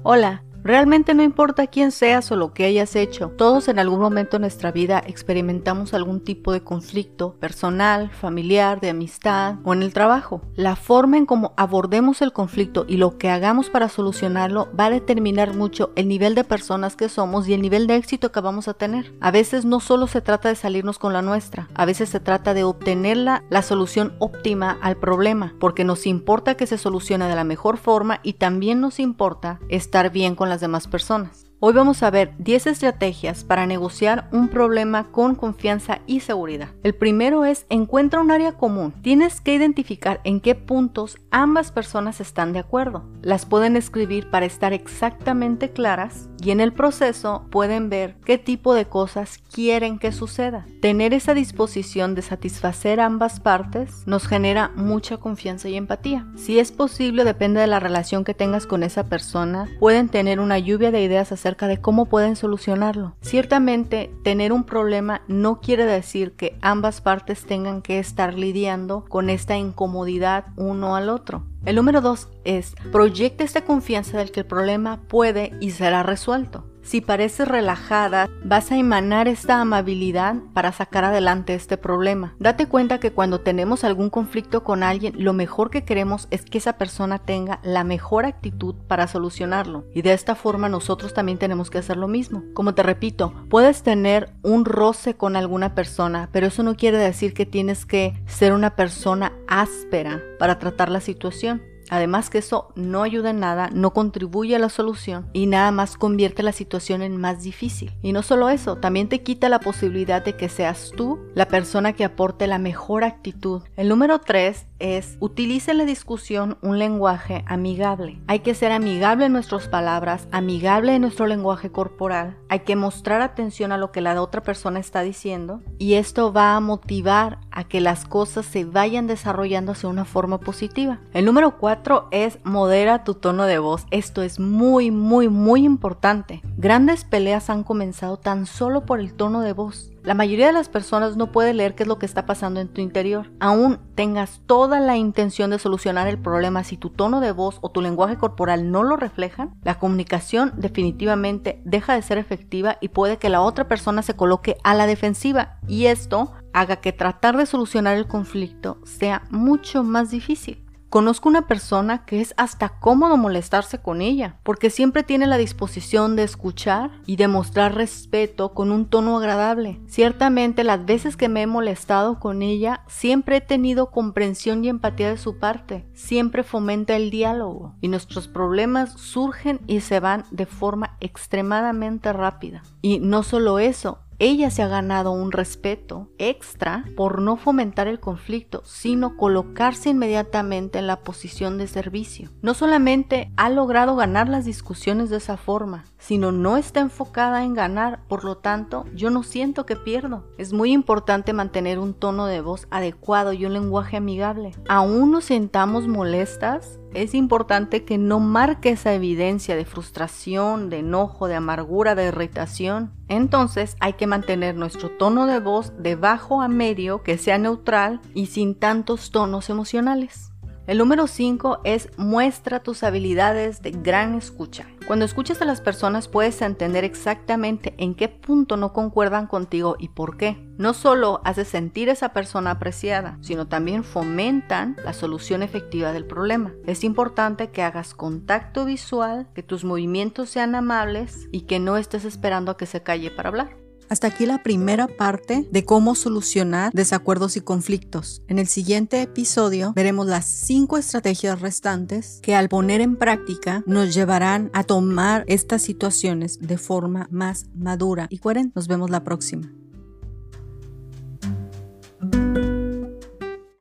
Hola, realmente no importa quién seas o lo que hayas hecho, todos en algún momento de nuestra vida experimentamos algún tipo de conflicto personal, familiar, de amistad o en el trabajo. La forma en cómo abordemos el conflicto y lo que hagamos para solucionarlo va a determinar mucho el nivel de personas que somos y el nivel de éxito que vamos a tener. A veces no solo se trata de salirnos con la nuestra, a veces se trata de obtener la solución óptima al problema, porque nos importa que se solucione de la mejor forma y también nos importa estar bien con las demás personas. Hoy vamos a ver 10 estrategias para negociar un problema con confianza y seguridad. El primero es encuentra un área común. Tienes que identificar en qué puntos ambas personas están de acuerdo. Las pueden escribir para estar exactamente claras y en el proceso pueden ver qué tipo de cosas quieren que suceda. Tener esa disposición de satisfacer a ambas partes nos genera mucha confianza y empatía. Si es posible, depende de la relación que tengas con esa persona, pueden tener una lluvia de ideas acerca de cómo pueden solucionarlo. Ciertamente, tener un problema no quiere decir que ambas partes tengan que estar lidiando con esta incomodidad uno al otro. El número 2 es proyecta esta confianza del que el problema puede y será resuelto. Si pareces relajada, vas a emanar esta amabilidad para sacar adelante este problema. Date cuenta que cuando tenemos algún conflicto con alguien, lo mejor que queremos es que esa persona tenga la mejor actitud para solucionarlo. Y de esta forma nosotros también tenemos que hacer lo mismo. Como te repito, puedes tener un roce con alguna persona, pero eso no quiere decir que tienes que ser una persona áspera para tratar la situación. Además que eso no ayuda en nada, no contribuye a la solución y nada más convierte la situación en más difícil. Y no solo eso, también te quita la posibilidad de que seas tú la persona que aporte la mejor actitud. El número 3 es utiliza en la discusión un lenguaje amigable. Hay que ser amigable en nuestras palabras, amigable en nuestro lenguaje corporal. Hay que mostrar atención a lo que la otra persona está diciendo y esto va a motivar a que las cosas se vayan desarrollando hacia una forma positiva. El número 4 es modera tu tono de voz. Esto es muy importante. Grandes peleas han comenzado tan solo por el tono de voz. La mayoría de las personas no puede leer qué es lo que está pasando en tu interior. Aún tengas toda la intención de solucionar el problema, si tu tono de voz o tu lenguaje corporal no lo reflejan, la comunicación definitivamente deja de ser efectiva y puede que la otra persona se coloque a la defensiva y esto haga que tratar de solucionar el conflicto sea mucho más difícil. Conozco una persona que es hasta cómodo molestarse con ella, porque siempre tiene la disposición de escuchar y demostrar respeto con un tono agradable. Ciertamente las veces que me he molestado con ella, siempre he tenido comprensión y empatía de su parte. Siempre fomenta el diálogo y nuestros problemas surgen y se van de forma extremadamente rápida. Y no solo eso, ella se ha ganado un respeto extra por no fomentar el conflicto, sino colocarse inmediatamente en la posición de servicio. No solamente ha logrado ganar las discusiones de esa forma, sino no está enfocada en ganar, por lo tanto, yo no siento que pierdo. Es muy importante mantener un tono de voz adecuado y un lenguaje amigable. Aún nos sintamos molestas, es importante que no marque esa evidencia de frustración, de enojo, de amargura, de irritación. Entonces hay que mantener nuestro tono de voz de bajo a medio, que sea neutral y sin tantos tonos emocionales. El número 5 es muestra tus habilidades de gran escucha. Cuando escuchas a las personas puedes entender exactamente en qué punto no concuerdan contigo y por qué. No solo hace sentir a esa persona apreciada, sino también fomentan la solución efectiva del problema. Es importante que hagas contacto visual, que tus movimientos sean amables y que no estés esperando a que se calle para hablar. Hasta aquí la primera parte de cómo solucionar desacuerdos y conflictos. En el siguiente episodio veremos las 5 estrategias restantes que al poner en práctica nos llevarán a tomar estas situaciones de forma más madura y coherente. Nos vemos la próxima.